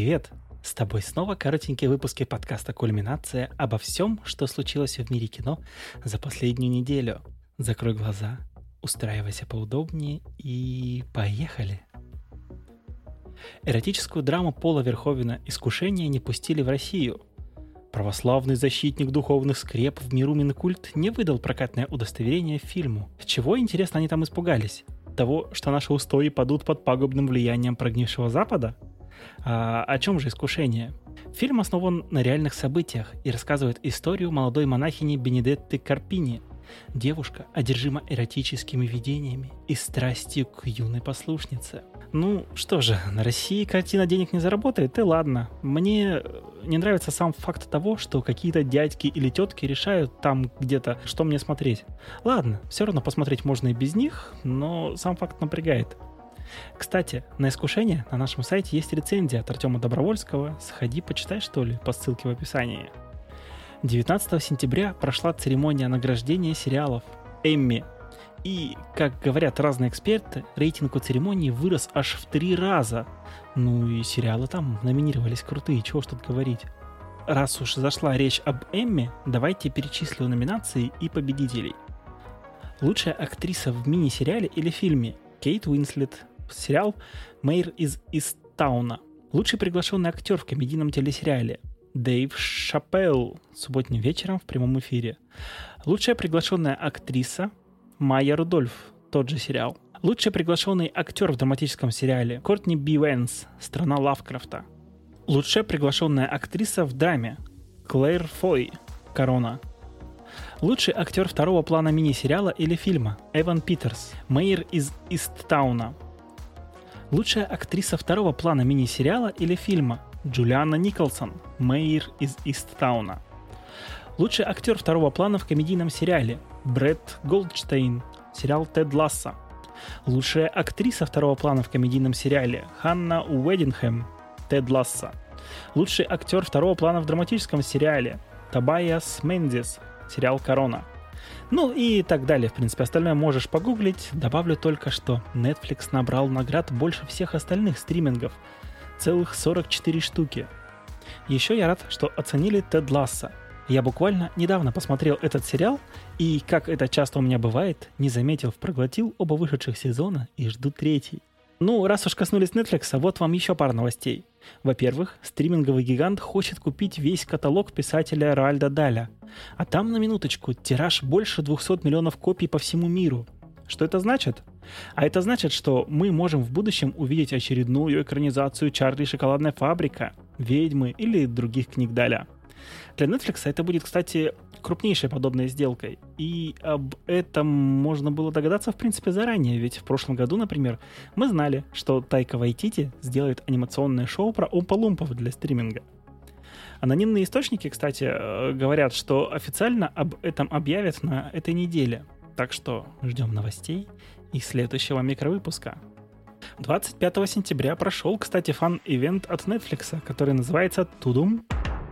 Привет! С тобой снова коротенькие выпуски подкаста «Кульминация» обо всем, что случилось в мире кино за последнюю неделю. Закрой глаза, устраивайся поудобнее и поехали! Эротическую драму Пола Верховена «Искушение» не пустили в Россию. Православный защитник духовных скреп в миру Минкульт не выдал прокатное удостоверение фильму. Чего, интересно, они там испугались? Того, что наши устои падут под пагубным влиянием прогнившего Запада? О чем же «Искушение»? Фильм основан на реальных событиях и рассказывает историю молодой монахини Бенедетты Карпини. Девушка одержима эротическими видениями и страстью к юной послушнице. Ну что же, на России картина денег не заработает, и ладно. Мне не нравится сам факт того, что какие-то дядьки или тетки решают там где-то, что мне смотреть. Ладно, все равно посмотреть можно и без них, но сам факт напрягает. Кстати, на «Искушение» на нашем сайте есть рецензия от Артема Добровольского. Сходи, почитай, что ли, по ссылке в описании. 19 сентября прошла церемония награждения сериалов «Эмми». И, как говорят разные эксперты, рейтинг у церемонии вырос аж в 3 раза. Ну и сериалы там номинировались крутые, чего ж тут говорить. Раз уж зашла речь об «Эмми», давайте перечислю номинации и победителей. Лучшая актриса в мини-сериале или фильме – Кейт Уинслет. Сериал «Мэйр из Истауна». Лучший приглашенный актер в комедийном телесериале – Дэйв Шапелл субботним вечером в прямом эфире. Лучшая приглашенная актриса – Майя Рудольф, тот же сериал. Лучший приглашенный актер в драматическом сериале – Кортни Би Вэнс, «Страна Лавкрафта». Лучшая приглашенная актриса в драме – Клэр Фой, «Корона». Лучший актер второго плана мини-сериала или фильма – Эван Питерс, «Мэйр из Истауна». Лучшая актриса второго плана мини-сериала или фильма – Джулиана Николсон, «Мэйр из Истауна». Лучший актер второго плана в комедийном сериале – Брэд Голдштейн, сериал «Тед Лассо». Лучшая актриса второго плана в комедийном сериале – Ханна Уэддингхэм, «Тед Лассо». Лучший актер второго плана в драматическом сериале – Тобайас Мендес, сериал «Корона». Ну и так далее, в принципе, остальное можешь погуглить. Добавлю только, что Netflix набрал наград больше всех остальных стримингов. Целых 44 штуки. Еще я рад, что оценили «Тед Лассо». Я буквально недавно посмотрел этот сериал, и, как это часто у меня бывает, не заметил, проглотил оба вышедших сезона и жду третий. Ну, раз уж коснулись Netflix, вот вам еще пара новостей. Во-первых, стриминговый гигант хочет купить весь каталог писателя Роальда Даля. А там, на минуточку, тираж больше 200 миллионов копий по всему миру. Что это значит? А это значит, что мы можем в будущем увидеть очередную экранизацию «Чарли и шоколадная фабрика», «Ведьмы» или других книг Даля. Для Netflix это будет, кстати, крупнейшей подобной сделкой. И об этом можно было догадаться, в принципе, заранее, ведь в прошлом году, например, мы знали, что Тайка Вайтити сделает анимационное шоу про Умпа-Лумпов для стриминга. Анонимные источники, кстати, говорят, что официально об этом объявят на этой неделе. Так что ждем новостей и следующего микровыпуска. 25 сентября прошел, кстати, фан-ивент от Netflix, который называется «Тудум».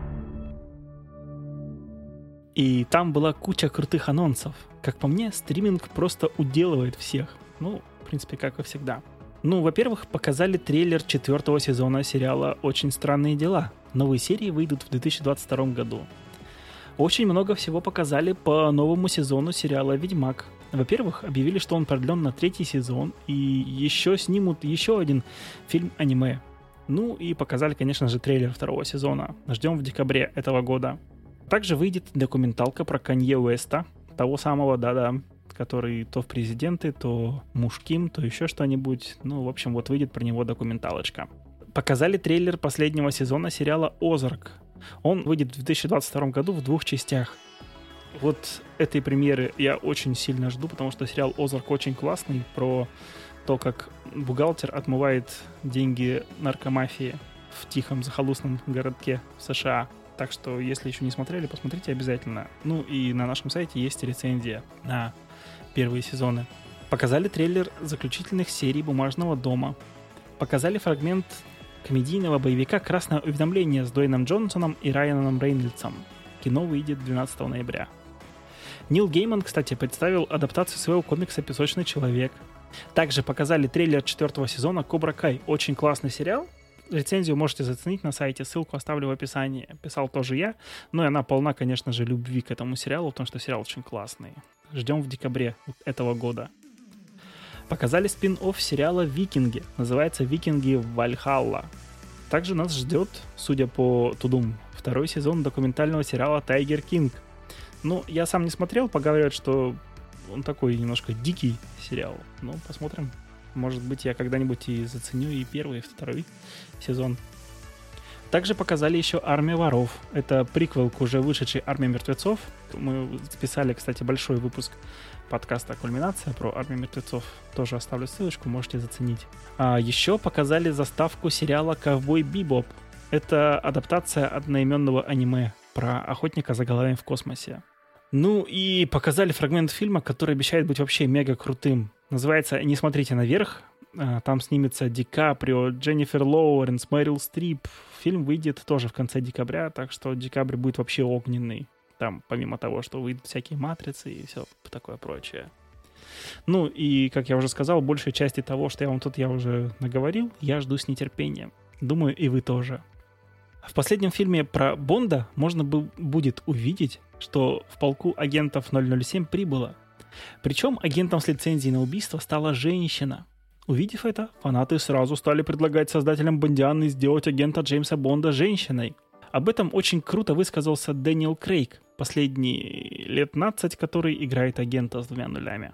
И там была куча крутых анонсов. Как по мне, стриминг просто уделывает всех. Ну, в принципе, как и всегда. Ну, во-первых, показали трейлер 4-го сезона сериала «Очень странные дела». Новые серии выйдут в 2022 году. Очень много всего показали по новому сезону сериала «Ведьмак». Во-первых, объявили, что он продлен на 3-й сезон, и еще снимут еще один фильм-аниме. Ну и показали, конечно же, трейлер 2-го сезона. Ждем в декабре этого года. Также выйдет документалка про Канье Уэста, того самого, да-да, который то в президенты, то мужским, то еще что-нибудь. Ну, в общем, вот выйдет про него документалочка. Показали трейлер последнего сезона сериала «Озарк». Он выйдет в 2022 году в 2 частях. Вот этой премьеры я очень сильно жду, потому что сериал «Озарк» очень классный, про то, как бухгалтер отмывает деньги наркомафии в тихом захолустном городке в США. Так что, если еще не смотрели, посмотрите обязательно. Ну и на нашем сайте есть рецензия на первые сезоны. Показали трейлер заключительных серий «Бумажного дома». Показали фрагмент комедийного боевика «Красное уведомление» с Дуэйном Джонсоном и Райаном Рейнольдсом. Кино выйдет 12 ноября. Нил Гейман, кстати, представил адаптацию своего комикса «Песочный человек». Также показали трейлер 4-го сезона «Кобра Кай». Очень классный сериал. Рецензию можете заценить на сайте, ссылку оставлю в описании. Писал тоже я, но и она полна, конечно же, любви к этому сериалу, потому что сериал очень классный. Ждем в декабре этого года. Показали спин-офф сериала «Викинги». Называется «Викинги Вальхалла». Также нас ждет, судя по тудум, второй сезон документального сериала «Тайгер Кинг». Ну, я сам не смотрел, поговаривают, что он такой немножко дикий сериал. Ну, посмотрим. Может быть, я когда-нибудь и заценю и первый, и второй сезон. Также показали еще «Армия воров». Это приквел к уже вышедшей «Армии мертвецов». Мы записали, кстати, большой выпуск подкаста «Кульминация» про «Армию мертвецов». Тоже оставлю ссылочку, можете заценить. А еще показали заставку сериала «Ковбой Бибоп». Это адаптация одноименного аниме про охотника за головами в космосе. Ну и показали фрагмент фильма, который обещает быть вообще мега крутым. Называется «Не смотрите наверх». Там снимется Ди Каприо, Дженнифер Лоуренс, Мэрил Стрип. Фильм выйдет тоже в конце декабря, так что декабрь будет вообще огненный. Там, помимо того, что выйдут всякие матрицы и все такое прочее. Ну и, как я уже сказал, большей части того, что я уже наговорил, я жду с нетерпением. Думаю, и вы тоже. В последнем фильме про Бонда можно будет увидеть, что в полку агентов 007 прибыло. Причем агентом с лицензией на убийство стала женщина. Увидев это, фанаты сразу стали предлагать создателям Бондианы сделать агента Джеймса Бонда женщиной. Об этом очень круто высказался Дэниел Крейг, последние лет 15, который играет агента с 2 нулями.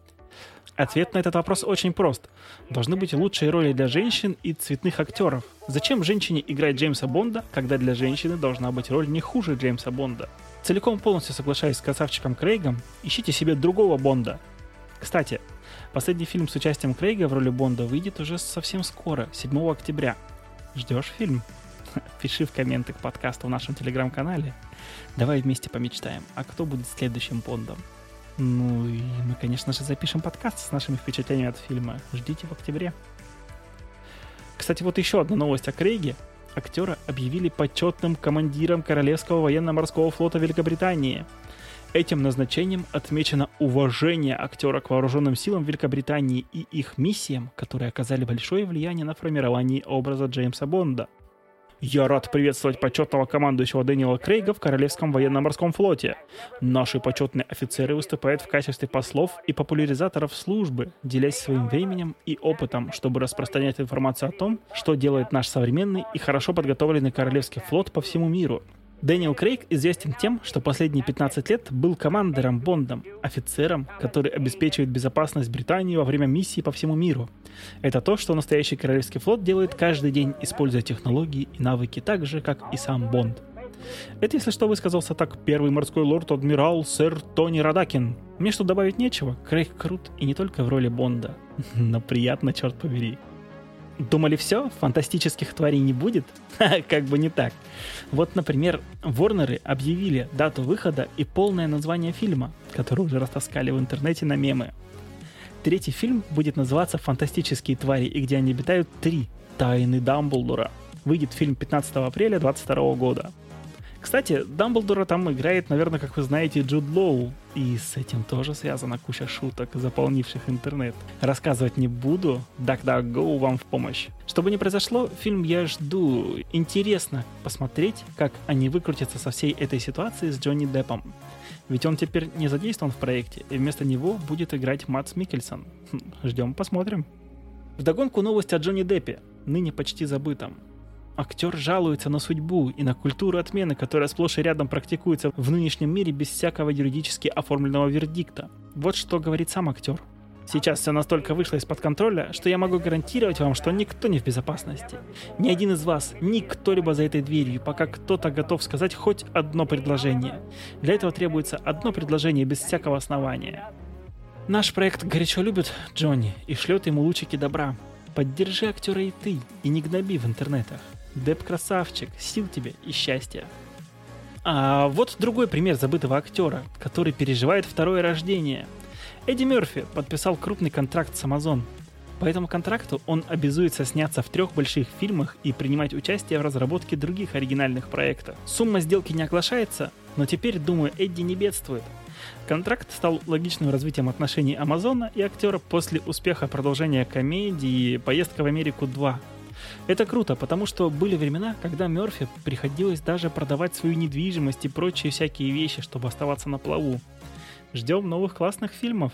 Ответ на этот вопрос очень прост. Должны быть лучшие роли для женщин и цветных актеров. Зачем женщине играть Джеймса Бонда, когда для женщины должна быть роль не хуже Джеймса Бонда? Целиком полностью соглашаюсь с красавчиком Крейгом, ищите себе другого Бонда. Кстати, последний фильм с участием Крейга в роли Бонда выйдет уже совсем скоро, 7 октября. Ждешь фильм? Пиши в комменты к подкасту в нашем телеграм-канале. Давай вместе помечтаем, а кто будет следующим Бондом? Ну и мы, конечно же, запишем подкаст с нашими впечатлениями от фильма. Ждите в октябре. Кстати, вот еще одна новость о Крейге. Актера объявили почетным командиром Королевского военно-морского флота Великобритании. Этим назначением отмечено уважение актера к вооруженным силам Великобритании и их миссиям, которые оказали большое влияние на формирование образа Джеймса Бонда. Я рад приветствовать почетного командующего Дэниела Крейга в Королевском военно-морском флоте. Наши почетные офицеры выступают в качестве послов и популяризаторов службы, делясь своим временем и опытом, чтобы распространять информацию о том, что делает наш современный и хорошо подготовленный Королевский флот по всему миру. Дэниел Крейг известен тем, что последние 15 лет был командором Бондом, офицером, который обеспечивает безопасность Британии во время миссий по всему миру. Это то, что настоящий Королевский флот делает каждый день, используя технологии и навыки так же, как и сам Бонд. Это, если что, высказался так первый морской лорд-адмирал сэр Тони Радакин. Мне что добавить нечего, Крейг крут и не только в роли Бонда, но приятно, черт побери. Думали, все, фантастических тварей не будет? Как бы не так. Вот, например, Ворнеры объявили дату выхода и полное название фильма, которое уже растаскали в интернете на мемы. Третий фильм будет называться «Фантастические твари и где они обитают 3. Тайны Дамблдора». Выйдет фильм 15 апреля 2022 года. Кстати, Дамблдора там играет, наверное, как вы знаете, Джуд Лоу. И с этим тоже связана куча шуток, заполнивших интернет. Рассказывать не буду, DuckDuckGo вам в помощь. Что бы ни произошло, фильм я жду. Интересно посмотреть, как они выкрутятся со всей этой ситуации с Джонни Деппом. Ведь он теперь не задействован в проекте, и вместо него будет играть Мадс Миккельсон. Ждем, посмотрим. Вдогонку новость о Джонни Деппе, ныне почти забытом. Актер жалуется на судьбу и на культуру отмены, которая сплошь и рядом практикуется в нынешнем мире без всякого юридически оформленного вердикта. Вот что говорит сам актер. Сейчас все настолько вышло из-под контроля, что я могу гарантировать вам, что никто не в безопасности. Ни один из вас, ни кто-либо за этой дверью, пока кто-то готов сказать хоть одно предложение. Для этого требуется одно предложение без всякого основания. Наш проект горячо любит Джонни и шлет ему лучики добра. Поддержи актера и ты, и не гноби в интернетах. Депп красавчик, сил тебе и счастья. А вот другой пример забытого актера, который переживает второе рождение. Эдди Мерфи подписал крупный контракт с Amazon. По этому контракту он обязуется сняться в 3 больших фильмах и принимать участие в разработке других оригинальных проектов. Сумма сделки не оглашается, но теперь, думаю, Эдди не бедствует. Контракт стал логичным развитием отношений Амазона и актера после успеха продолжения комедии «Поездка в Америку 2». Это круто, потому что были времена, когда Мёрфи приходилось даже продавать свою недвижимость и прочие всякие вещи, чтобы оставаться на плаву. Ждем новых классных фильмов.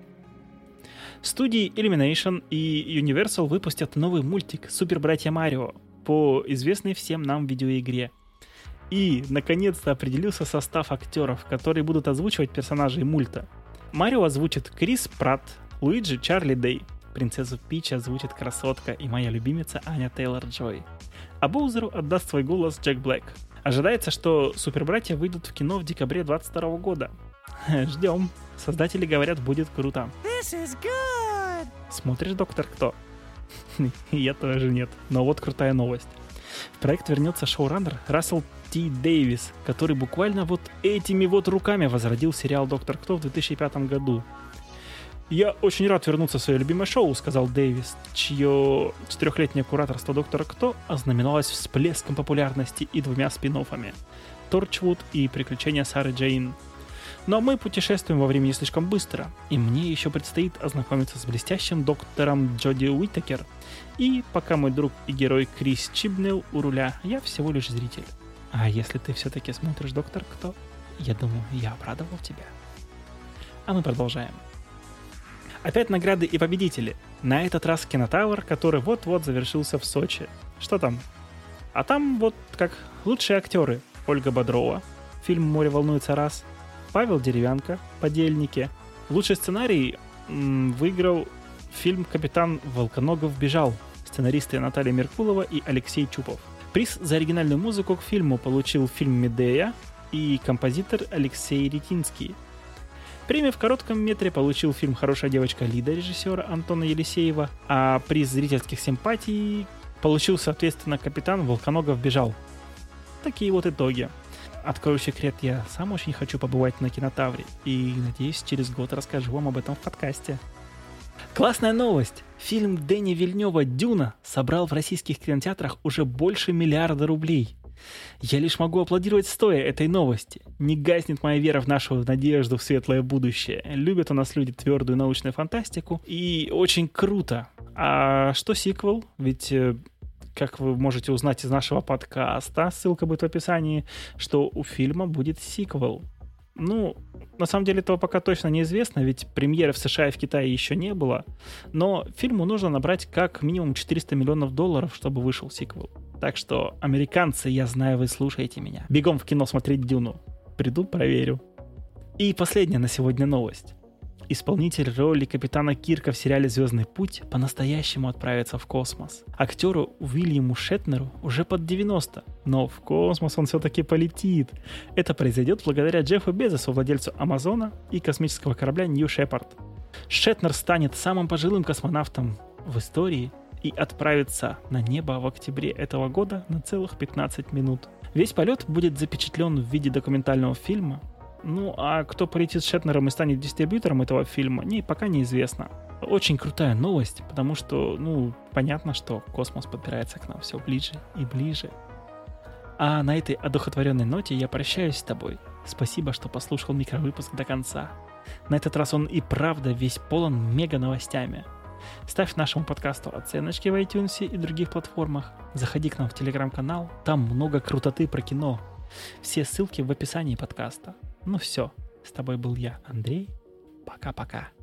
Студии Illumination и Universal выпустят новый мультик «Супер Братья Марио» по известной всем нам видеоигре. И, наконец-то, определился состав актеров, которые будут озвучивать персонажей мульта. Марио озвучит Крис Пратт, Луиджи Чарли Дэй, принцессу Пич озвучит красотка и моя любимица Аня Тейлор-Джой. А Боузеру отдаст свой голос Джек Блэк. Ожидается, что Супербратья выйдут в кино в декабре 2022 года. Ждем. Создатели говорят, будет круто. Смотришь «Доктор Кто»? Я тоже нет, но вот крутая новость. В проект вернется шоураннер Рассел Т. Дэвис, который буквально вот этими вот руками возродил сериал «Доктор Кто» в 2005 году. «Я очень рад вернуться в свое любимое шоу», — сказал Дэвис, чье 4-летнее кураторство «Доктора Кто» ознаменовалось всплеском популярности и 2 спин-оффами — «Торчвуд» и «Приключения Сары Джейн». Но мы путешествуем во времени слишком быстро, и мне еще предстоит ознакомиться с блестящим доктором Джоди Уитакер. И пока мой друг и герой Крис Чибнелл у руля, я всего лишь зритель. А если ты все-таки смотришь «Доктор Кто», я думаю, я обрадовал тебя. А мы продолжаем. Опять награды и победители. На этот раз Кинотавр, который вот-вот завершился в Сочи. Что там? А там вот как лучшие актеры. Ольга Бодрова, фильм «Море волнуется раз», Павел Деревянко, «Подельники». Лучший сценарий выиграл фильм «Капитан Волконогов бежал», сценаристы Наталья Меркулова и Алексей Чупов. Приз за оригинальную музыку к фильму получил фильм «Медея» и композитор Алексей Ретинский. Премию в коротком метре получил фильм «Хорошая девочка Лида» режиссера Антона Елисеева, а приз зрительских симпатий получил, соответственно, «Капитан Волконогов бежал». Такие вот итоги. Открою секрет, я сам очень хочу побывать на Кинотавре и, надеюсь, через год расскажу вам об этом в подкасте. Классная новость! Фильм Дэни Вильнёва «Дюна» собрал в российских кинотеатрах уже больше $1 миллиарда. Я лишь могу аплодировать стоя этой новости. Не гаснет моя вера в нашу надежду в светлое будущее. Любят у нас люди твердую научную фантастику. И очень круто. А что сиквел? Ведь, как вы можете узнать из нашего подкаста, ссылка будет в описании, что у фильма будет сиквел. Ну, на самом деле этого пока точно неизвестно, ведь премьеры в США и в Китае еще не было. Но фильму нужно набрать как минимум $400 миллионов, чтобы вышел сиквел. Так что, американцы, я знаю, вы слушаете меня. Бегом в кино смотреть «Дюну». Приду, проверю. И последняя на сегодня новость. Исполнитель роли капитана Кирка в сериале «Звездный путь» по-настоящему отправится в космос. Актеру Уильяму Шетнеру уже под 90, но в космос он все-таки полетит. Это произойдет благодаря Джеффу Безосу, владельцу Амазона и космического корабля Нью Шепард. Шетнер станет самым пожилым космонавтом в истории и отправится на небо в октябре этого года на целых 15 минут. Весь полет будет запечатлен в виде документального фильма. Ну, а кто полетит с Шетнером и станет дистрибьютором этого фильма, пока неизвестно. Очень крутая новость, потому что, понятно, что космос подбирается к нам все ближе и ближе. А на этой одухотворенной ноте я прощаюсь с тобой. Спасибо, что послушал микровыпуск до конца. На этот раз он и правда весь полон мега-новостями. Ставь нашему подкасту оценочки в iTunes и других платформах. Заходи к нам в Telegram-канал, там много крутоты про кино. Все ссылки в описании подкаста. Ну все, с тобой был я, Андрей. Пока-пока.